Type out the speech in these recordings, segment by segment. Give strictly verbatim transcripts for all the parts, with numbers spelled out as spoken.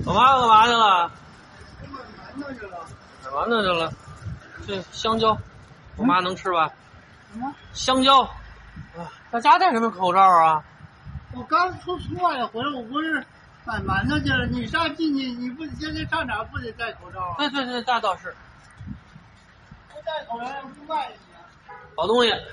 我妈干嘛去了？ 买馒头去了。 买馒头去了。这香蕉，我妈能吃吧？ 什么？ 香蕉。啊，在家戴什么口罩啊？ 我刚出出来回来，我不是买馒头去了。你上进去，你不现在上哪不得戴口罩啊？ 对对对，那倒是。 不戴口罩不卖你啊。 好东西。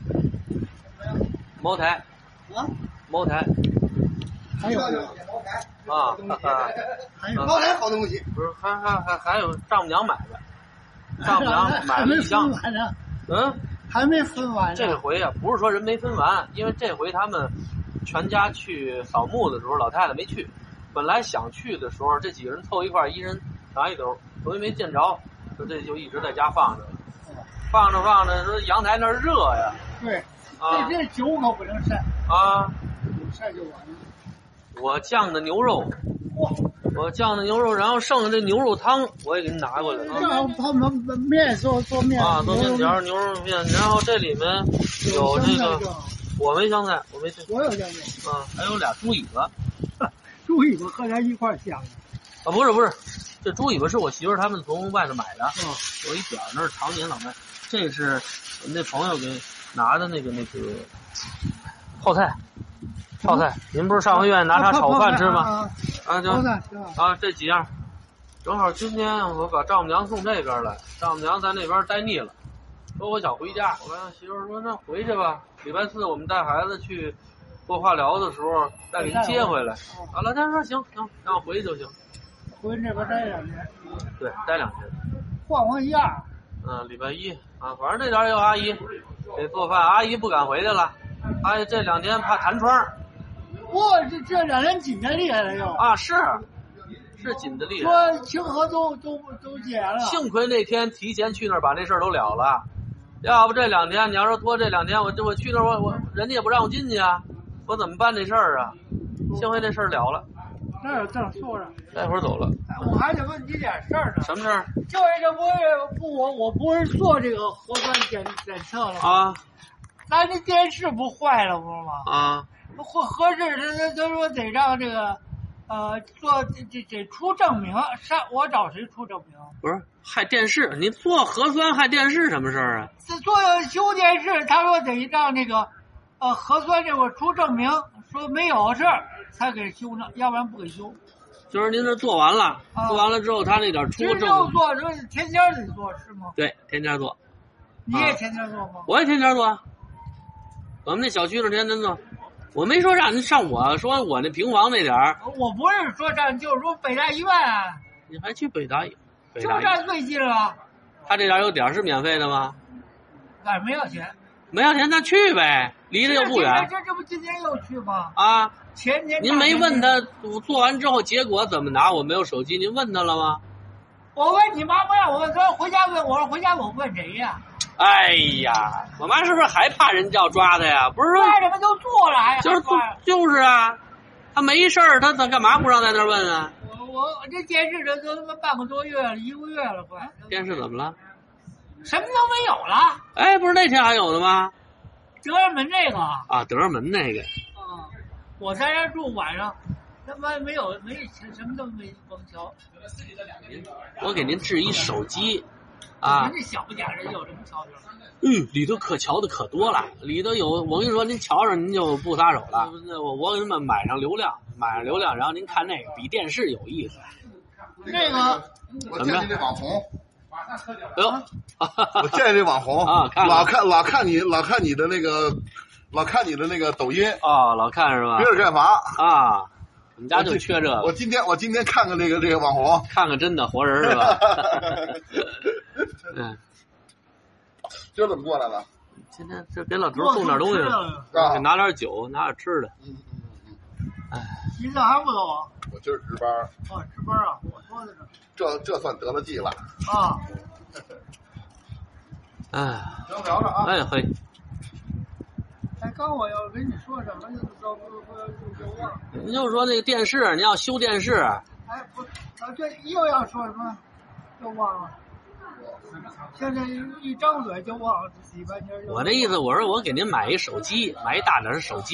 茅台。 啊？ 茅台。 还有呢。 啊， 还有茅台好东西。 不是，还还还还有丈母娘买的，丈母娘买了一箱。 还没分完呢。 嗯， 还没分完呢。 这回啊，不是说人没分完，因为这回他们全家去扫墓的时候，老太太没去。本来想去的时候，这几个人凑一块，一人拿一兜，由于没见着，说这就一直在家放着，放着放着，说阳台那儿热呀。 对， 啊， 这这酒可不能晒啊， 晒就完了。 我酱的牛肉， 哇， 我酱的牛肉，然后剩下这牛肉汤我也给你拿过来了。 然后他们面做做面啊，做面条、牛肉面，然后这里面有这个，我没香菜，我没香菜， 我有香菜。 啊，还有俩猪尾巴， 猪尾巴和咱一块香的。 啊，不是不是，这猪尾巴是我媳妇儿他们从外头买的， 嗯， 有一点儿那是常年老卖，这是我那朋友给拿的那个那个泡菜。泡菜，您不是上回愿意拿它炒饭吃吗？啊，就啊这几样，正好今天我把丈母娘送这边来，丈母娘在那边待腻了，说我想回家。我跟媳妇说那回去吧，礼拜四我们带孩子去做化疗的时候再给您接回来。啊，老太太说行行，让我回去就行。 回这边待两天。 对，待两天。 换换样。 嗯，礼拜一啊，反正这点有阿姨给做饭，阿姨不敢回去了，阿姨这两天怕弹窗。 哇，这这两天紧的厉害了又啊，是是紧的厉害。 说清河都都都戒严了。 幸亏那天提前去那儿把这事儿都了了，要不这两天你要说拖这两天，我这我去那儿我我人家也不让我进去啊，我怎么办这事儿啊？幸亏这事儿了了。 这儿正说着， 待会儿走了。 我还得问你点事儿呢。 什么事儿？ 就是这不是不我我不是做这个核酸检检测了吗？ 啊， 咱这电视不坏了不是吗？ 啊。 合合适，他他他说得让这个，呃，做这这得出证明，上我找谁出证明？ 不是害电视，你做核酸害电视什么事儿啊？ 这做修电视，他说得让那个，呃，核酸这块出证明，说没有事儿才给修呢，要不然不给修。 就是您这做完了，啊、做完了之后，他那点出证明。 做说天天得做是吗？ 对，天天做。 你也天天做吗？ 啊、我也天天做。我们那小区是天天做。我没说让您上我，说我那平房那点儿。 我不是说上，就是说北大医院、啊。 你还去北大医？北大医院最近了。 他这点有点是免费的吗？ 哪没要钱？ 没要钱，那去呗，离得又不远。 这这不今天又去吗？ 啊， 前天。 您没问他做完之后结果怎么拿？我没有手机，您问他了吗？ 我问你妈不让我说回家问，我说回家我问谁呀？ 哎呀，我妈是不是还怕人叫抓他呀？不是说为什么都做了还就是就是啊，他没事儿，他他干嘛不让在那儿问啊？ 我我这电视这都他妈半个多月了，一个月了快。 电视怎么了？ 什么都没有了。 哎，不是那天还有的吗？ 德胜门那个啊，德胜门那个。 啊，我在这住晚上，他妈没有没什么都没甭瞧。 我给您置一手机。啊， 您这小不点人有什么瞧瞧？ 嗯，里头可瞧的可多了，里头有我跟你说，您瞧着您就不撒手了。我我给你们买上流量，买上流量，然后您看那个比电视有意思。 那个， 我见你这网红， 哎呦， 我见你这网红啊，看老看老看你老看你的那个，老看你的那个抖音啊、哦，老看是吧？ 别人干嘛啊？我们家就缺这个。 我今天我今天看看这个这个网红， 看看真的活人是吧？嗯， 今儿怎么过来了？ 今天这给老头送点东西了，给拿点酒，拿点吃的。 嗯嗯嗯。 哎，今天还不走啊？ 我今儿值班。 哦，值班啊！我说的是。 这这算得了计了。 啊。 哎。 行，聊着啊。 哎嘿。 哎，刚我要跟你说什么，就都不不就忘了。 您就说那个电视，你要修电视。 哎，不，啊，这又要说什么，又忘了。现在一张嘴就忘了几半天。 我那意思，我说我给您买一手机，买一大点的手机，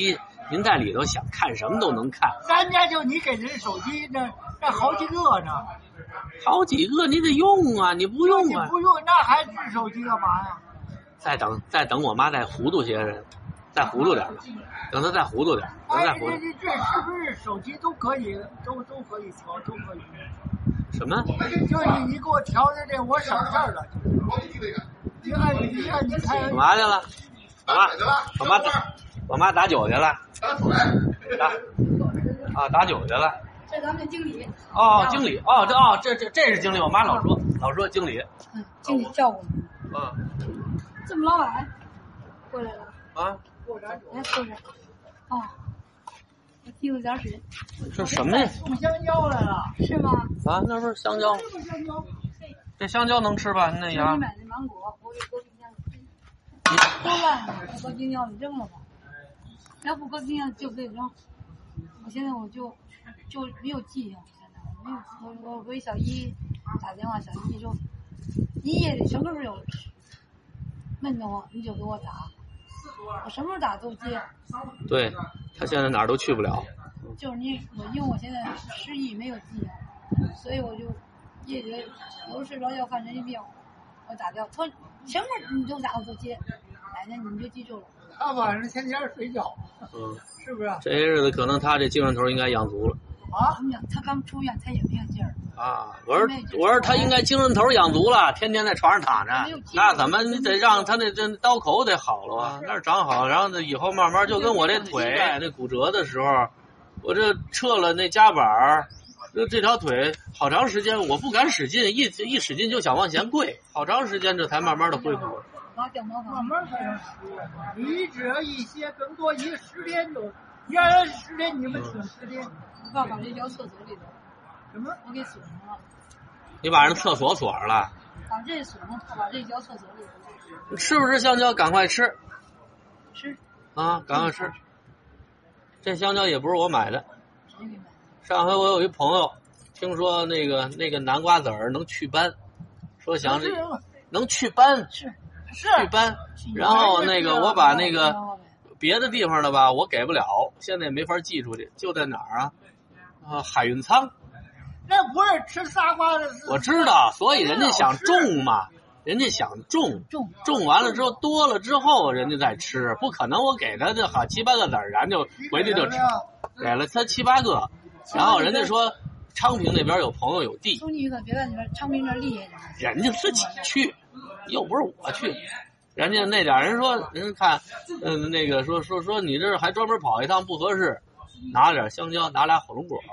您在里头想看什么都能看。 咱家就你给人手机，那那好几个呢。 好几个你得用啊，你不用啊？ 你不用，那还治手机干嘛呀？ 再等再等我妈再糊涂些人，再糊涂点，等她再糊涂点，等再糊涂。 哎，这这是不是手机都可以，都都可以调，都可以？ 什么？ 就你你给我调的这，我省事儿了。你按你按你开。 干嘛去了？我妈，我妈打，我妈打酒去了。打啊，打酒去了。 这咱们经理。 哦，经理，哦，这哦，这这这是经理，我妈老说老说经理。 嗯，经理照顾你。 嗯。 这么老晚过来了。 啊。 来坐着。哦。我提了点水。 这什么呀？ 送香蕉来了。 是吗？ 啊，那不是香蕉。 这香蕉。 这香蕉能吃吧？那牙。 你买的芒果，我给搁冰箱里。都烂了，搁冰箱里扔了吧。要不搁冰箱就得扔。我现在我就就没有记性，现在没有。我我给小姨打电话，小姨说你也得什么时候有闷得慌你就给我打，我什么时候打都接。 对，他现在哪儿都去不了。 就是你我因为我现在失忆没有记性，所以我就夜里有睡着觉犯神经病，我打掉，他说什么你就打我就接，奶奶你们就记住了。 他晚上天天睡觉， 嗯， 是不是？ 这些日子可能他这精神头应该养足了。 啊， 他刚出院，他也没有劲儿。 啊，我说我说他应该精神头养足了，天天在床上躺着，那怎么你得让他那这刀口得好了啊，那长好，然后呢以后慢慢就跟我这腿那骨折的时候，我这撤了那夹板儿，这这条腿好长时间我不敢使劲，一一使劲就想往前跪，好长时间这才慢慢的恢复。 慢慢才能十年，你只要一些，更多一十天就，原来十天你们挺十天。 我爸把这交厕所里头， 什么？ 我给锁上了。 你把人厕所锁上了？ 把这锁上，他把这交厕所里头。 吃不吃香蕉？赶快吃。 吃。 啊，赶快吃。这香蕉也不是我买的。 谁给买的？ 上回我有一朋友，听说那个那个南瓜籽儿能祛斑，说想这能祛斑。 是。 是祛斑，然后那个我把那个别的地方的吧，我给不了，现在也没法寄出去，就在哪儿啊？啊，海运仓。 那不是吃仨瓜的。 我知道，所以人家想种嘛，人家想种， 种种完了之后多了之后，人家再吃，不可能我给他这好七八个籽儿，然后就回去就吃，给了他七八个，然后人家说昌平那边有朋友有地， 兄弟可别在你们昌平这厉害点， 人家自己去。又不是我去，人家那点人说，人家看，嗯，那个说说说你这还专门跑一趟不合适，拿点香蕉，拿俩火龙果。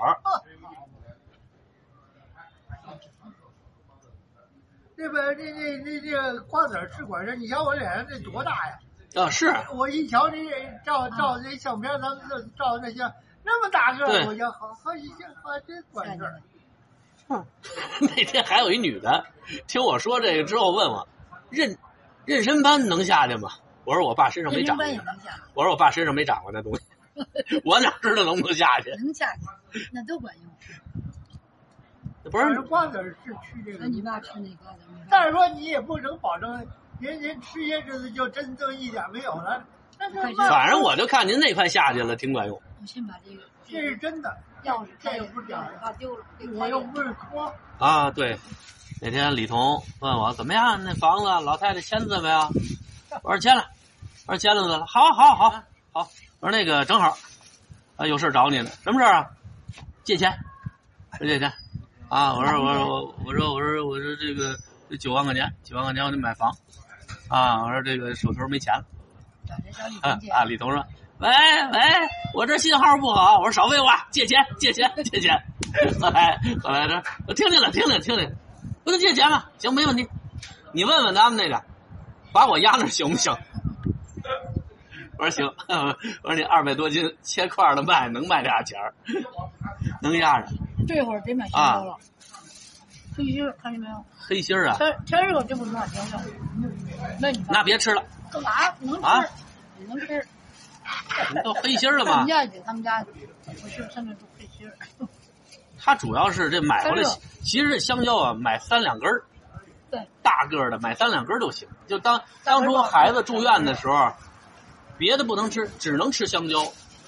这边这这这这瓜子吃管事，你瞧我脸上这多大呀？ 啊，是。 我一瞧这照照这相片，咱们这照那些那么大个，我就好好一下，好真管事儿。 那天还有一女的，听我说这个之后问我。妊妊娠斑能下去吗？我说我爸身上没长过。我说我爸身上没长过那东西，我哪知道能不能下去？ 能下去，那都管用。 不是瓜子是吃这个， 那你爸吃那瓜子。 但是说你也不能保证人人吃些日子就真正一点没有了。 反正我就看您那块下去了，挺管用。 我先把这个， 这是真的。 钥匙这个不是钥匙， 把丢了， 我又不是托。 啊，对。那天李彤问我怎么样，那房子老太太签字没有？我说签了，我说签了的了，好好好好。我说那个正好，啊有事找你呢，什么事啊？借钱，说借钱，啊我说我说我我说我说我说这个九万块钱，九万块钱我得买房，啊我说这个手头没钱了，啊啊李彤说，喂喂，我这信号不好，我说少废话，借钱借钱借钱，后来后来说我听见了听见听见。不能借钱了，行，没问题。你问问他们那个，把我压那行不行？我说行。我说你二百多斤切块的卖，能卖俩钱儿，能压着。 这会儿得买香蕉了，黑心儿看见没有？ 黑心儿啊！ 天天热这不能买香蕉，那你那别吃了。 干嘛？能吃？啊、你能吃？ 都黑心儿了吗？ 他们家去，他们家不是上面都黑心儿。 它主要是这买回来，其实这香蕉啊，买三两根儿， 对， 大个的买三两根儿就行。就当当初孩子住院的时候，别的不能吃，只能吃香蕉。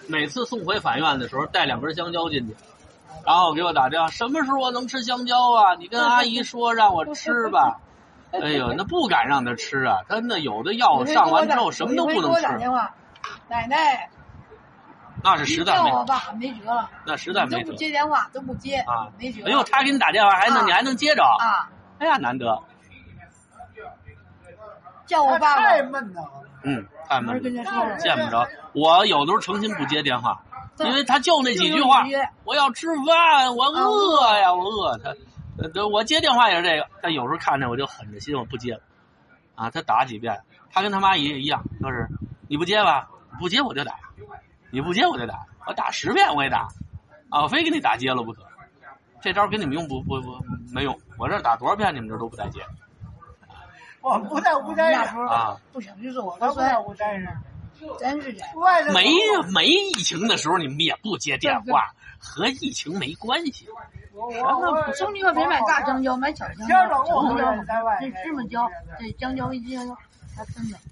每次送回法院的时候带两根香蕉进去，然后给我打电话，什么时候我能吃香蕉啊？你跟阿姨说让我吃吧。哎呦，那不敢让他吃啊，他那有的药上完之后什么都不能吃。 奶奶， 那是实在没我爸没辙了， 那实在没辙。 都不接电话，都不接啊，没辙。 哎呦，他给你打电话还能、啊、你还能接着啊？ 哎呀，难得。 叫我爸爸太闷了。 嗯，太闷了，见不着。我有的时候诚心不接电话，因为他就那几句话，我要吃饭，我饿呀，我饿。他，呃，我接电话也是这个。他有时候看着我就狠着心，我不接了。啊，他打几遍，他跟他妈也一样，都是你不接吧，不接我就打，你不接我就打，我打十遍我也打，啊，我非给你打接了不可。这招给你们用不不不没用，我这打多少遍你们这都不带接。 我不在无战事啊，不行，就是我不在无战事， 真是这样。 没没疫情的时候你们也不接电话，和疫情没关系。 我我兄弟可别买大香蕉，买小香蕉。香蕉这芝麻蕉，这香蕉一香蕉，它分的。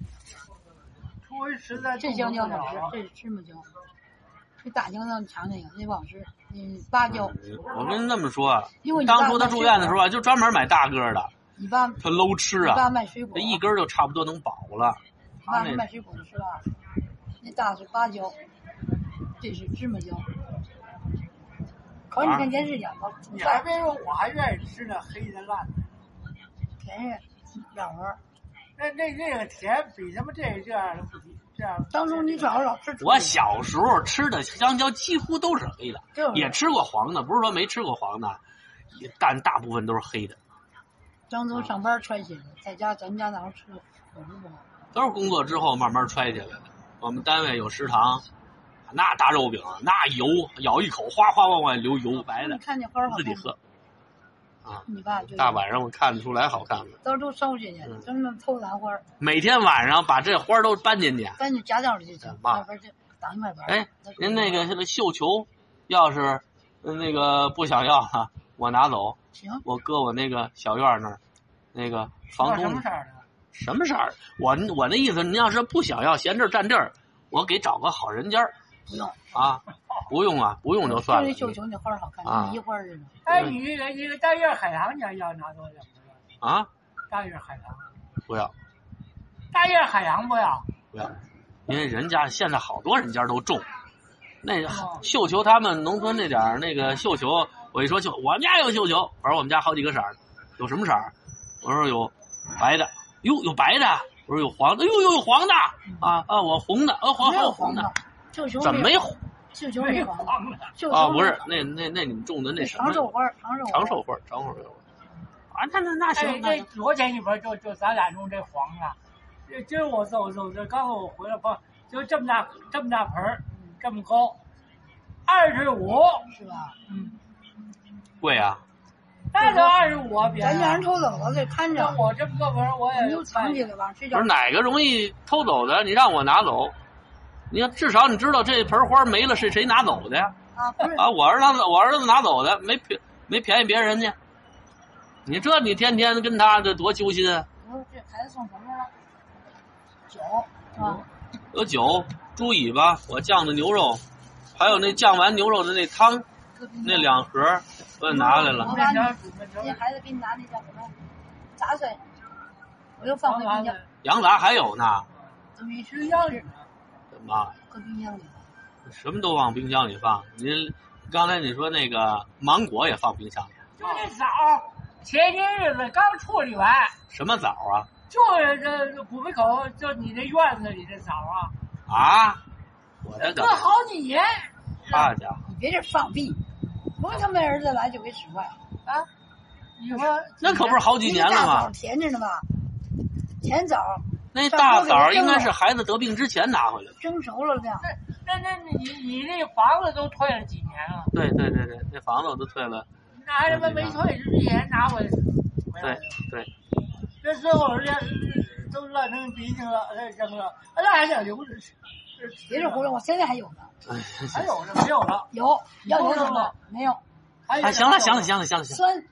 这香蕉好吃，这是芝麻蕉。这大香蕉你尝尝，那不好吃。嗯，芭蕉。 我跟你这么说，当初他住院的时候啊，就专门买大个的。 你爸他搂吃啊， 你爸卖水果， 这一根就差不多能饱了。 你爸是卖水果的是吧？那大是芭蕉，这是芝麻蕉。考你看电视讲吧。 你还别说，我还愿意吃那黑的烂的， 甜呀，软和。 那那那个甜比他妈这这样的不这样。 当初你早老吃。 我小时候吃的香蕉几乎都是黑的，也吃过黄的，不是说没吃过黄的，但大部分都是黑的。 张总上班揣起来，在家咱家哪有吃的， 都是工作之后慢慢揣起来的。我们单位有食堂，那大肉饼，那油咬一口，哗哗往外流油，白的， 看见花好自己喝。啊， 你爸就大晚上我看得出来好看吗？ 都都收进去，真的偷兰花。 每天晚上把这花都搬进去， 搬进家教里去整，外边就挡一块板。 哎，您那个这个绣球，要是那个不想要了，我拿走。 行， 我搁我那个小院那儿，那个房东什么色儿的？ 什么色儿？我我那意思，您要是不想要，嫌这儿占地儿，我给找个好人家。 不用啊，不用啊，不用就算了。 这绣球那花好看， 啊， 一花似的。 哎，你那个你个大叶海棠，你要要拿多少？ 啊？ 大叶海棠不要。 大叶海棠不要。 不要，因为人家现在好多人家都种，那个绣球，他们农村那点儿那个绣球。我一说绣，我们家有绣球，我说我们家好几个色儿，有什么色儿？我说有白的，哟有白的，我说有黄的，哟哟有黄的啊啊，我红的，呃黄还有红的， 绣球怎么没红？ 绣球没黄的， 啊不是那那那你们种的那什么长寿花，长寿长寿花，长寿花啊，那那那行， 这昨天一边就就咱俩种这黄的，今儿我走走这刚我回来不就这么大这么大盆儿，这么高，二十五是吧？ 嗯。 贵啊， 那就二十五，别咱让人偷走了，得看着。 我这么个盆我也就藏起来吧，睡觉。 不是哪个容易偷走的？你让我拿走，你要至少你知道这盆花没了是谁拿走的呀？ 啊，不是啊，我儿子我儿子拿走的，没便没便宜别人家。你这你天天跟他这多揪心啊！ 我这孩子送什么了？酒啊， 有酒、猪尾巴，我酱的牛肉，还有那酱完牛肉的那汤。那两盒我也拿来了。 我把你那孩子给你拿那叫什么杂碎，我又放回冰箱。 羊杂还有呢？ 怎么没吃药吃？ 怎么？ 搁冰箱里。 什么都往冰箱里放。您刚才你说那个芒果也放冰箱里。 就这枣，前些日子刚处理完。 什么枣啊？ 就是这古北口，就你那院子里的枣啊。 啊？我的搁好几年。 大家伙， 你别这放屁！不是他们儿子来就给使坏啊！你说那可不是好几年了吗？ 甜着呢吧？甜枣。 那大枣应该是孩子得病之前拿回来的。 蒸熟了这样。 那那那你你那房子都退了几年了？ 对对对对，那房子我都退了。 那孩子们没退之前拿回来。 对对。 这最后人家都烂成鼻涕了，再扔了，那还想留着吃。 别这胡说，我现在还有呢。 还有呢，没有了。 有，要有什么？没有。 哎，行了，行了，行了，行了，行了。 酸。